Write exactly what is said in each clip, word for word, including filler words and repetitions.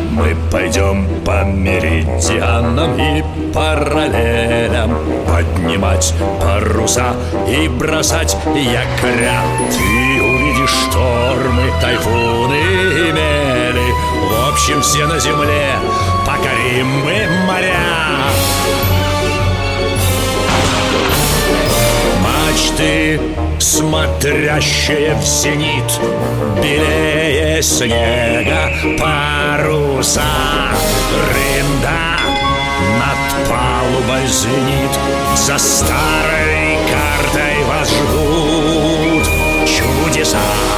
Мы пойдем по меридианам и параллелям, поднимать паруса и бросать якоря. Ты увидишь штормы, тайфуны и мели. В общем, все на земле покорим мы моря. Мачты, смотрящие в зенит, белее снега паруса. Рында над палубой звенит, за старой картой вас ждут чудеса.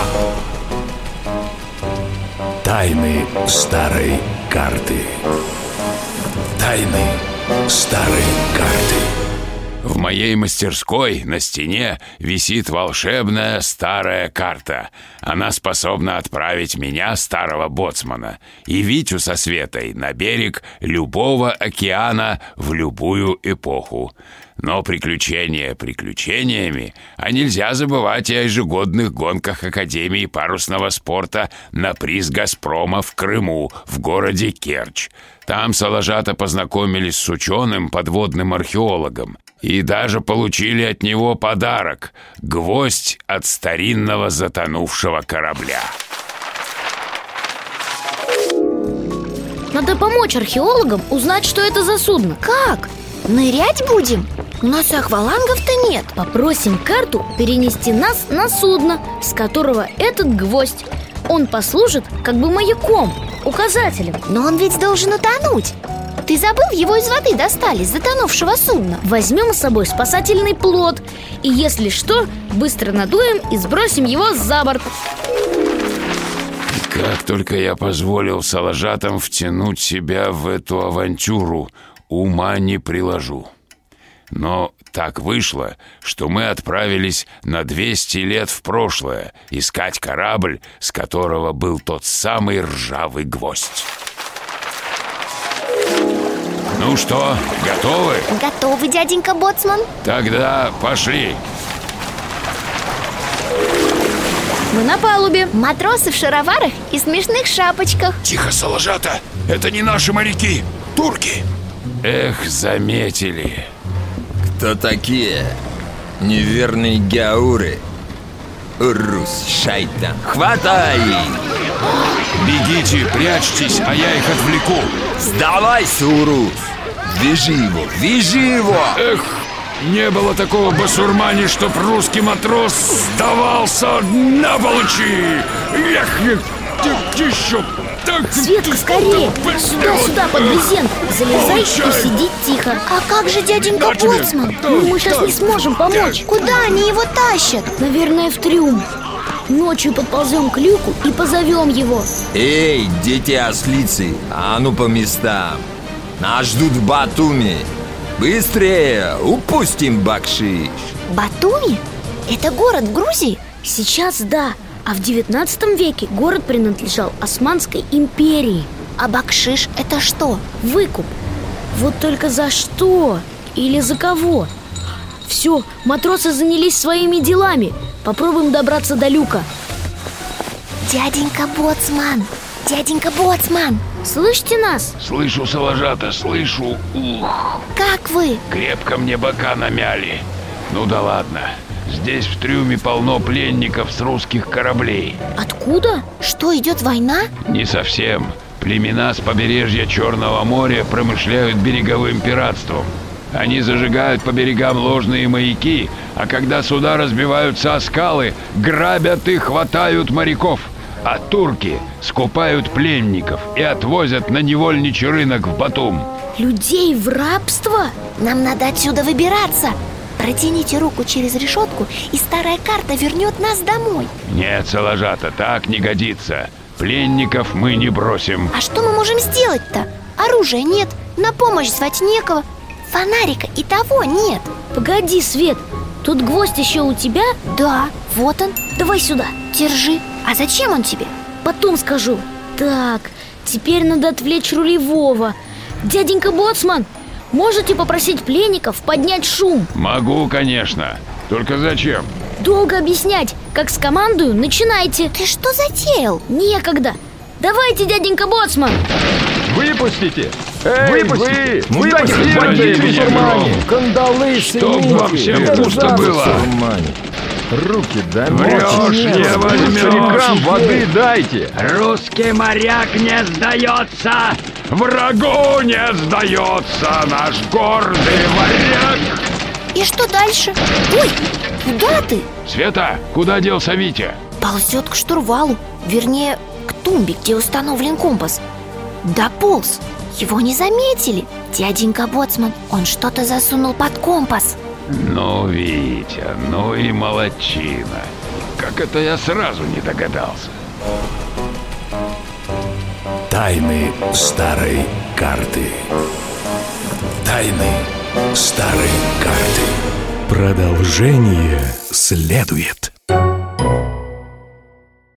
Тайны старой карты. Тайны старой карты. В моей мастерской на стене висит волшебная старая карта. Она способна отправить меня, старого боцмана, и Витю со Светой на берег любого океана в любую эпоху. Но приключения приключениями, а нельзя забывать и о ежегодных гонках Академии парусного спорта на приз «Газпрома» в Крыму, в городе Керчь. Там соложата познакомились с ученым подводным археологом и даже получили от него подарок — гвоздь от старинного затонувшего корабля. Надо помочь археологам узнать, что это за судно. Как? Нырять будем? У нас и аквалангов-то нет. Попросим карту перенести нас на судно, с которого этот гвоздь. Он послужит как бы маяком, указателем. Но он ведь должен утонуть. Ты забыл, его из воды достали, с затонувшего судна. Возьмем с собой спасательный плот, и если что, быстро надуем и сбросим его за борт. Как только я позволил соложатам втянуть себя в эту авантюру, ума не приложу. Но так вышло, что мы отправились на двести лет в прошлое искать корабль, с которого был тот самый ржавый гвоздь. Ну что, готовы? Готовы, дяденька боцман. Тогда пошли. Мы на палубе. Матросы в шароварах и смешных шапочках. Тихо, соложата, это не наши моряки, турки. Эх, заметили. Кто такие? Неверные гауры. Урус, шайтан, хватай! Бегите, прячьтесь, а я их отвлеку. Сдавайся, Урус! Вяжи его, вяжи его! Эх, не было такого басурмани, чтоб русский матрос сдавался. На, получи! Эх, эх, еще! Светка, скорее! Сюда-сюда, под брезент! Залезай и сиди тихо. А как же дяденька боцман? Ну, мы сейчас не сможем помочь. Куда они его тащат? Наверное, в трюм. Ночью подползем к люку и позовем его. Эй, дети-ослицы, а ну по местам. Нас ждут в Батуми. Быстрее, упустим бакшиш. Батуми? Это город в Грузии? Сейчас да, а в девятнадцатом веке город принадлежал Османской империи. А бакшиш это что? Выкуп. Вот только за что? Или за кого? Все, матросы занялись своими делами. Попробуем добраться до люка. Дяденька боцман, дяденька боцман, слышите нас? Слышу, соложата, слышу. Ух, как вы? крепко мне бока намяли. Ну да ладно. Здесь в трюме полно пленников с русских кораблей. Откуда? Что, идет война? Не совсем. Племена с побережья Черного моря промышляют береговым пиратством. Они зажигают по берегам ложные маяки, а когда суда разбиваются о скалы, грабят и хватают моряков. А турки скупают пленников и отвозят на невольничий рынок в Батум. Людей в рабство? Нам надо отсюда выбираться. Протяните руку через решетку, и старая карта вернет нас домой. Нет, соложата, так не годится. Пленников мы не бросим. А что мы можем сделать-то? Оружия нет, на помощь звать некого. Фонарика и того нет. Погоди, Свет, тут гвоздь еще у тебя? Да, вот он. Давай сюда. Держи. А зачем он тебе? Потом скажу. Так, теперь надо отвлечь рулевого. Дяденька боцман, можете попросить пленников поднять шум? Могу, конечно. Только зачем? Долго объяснять. Как скомандую, начинайте. Ты что затеял? Некогда. Давайте, дяденька Боцман! Выпустите! Эй, Выпусти! вы! Выпусти! Выпустите, бусурмане! Кандалы, Чтоб ценники, вам всем пусто мерзавцы. было! Руки дай, Врешь, мочи, не нет. возьмешь. Старикам воды дайте! Русский моряк не сдается! Врагу не сдается наш гордый варяг! И что дальше? Ой, куда ты? Света, куда делся Витя? Ползет к штурвалу. Вернее, к тумбе, где установлен компас. Дополз. Его не заметили. Дяденька Боцман, он что-то засунул под компас. Ну, Витя, ну и молодчина. Как это я сразу не догадался? Тайны старой карты. Тайны старой карты. Продолжение следует.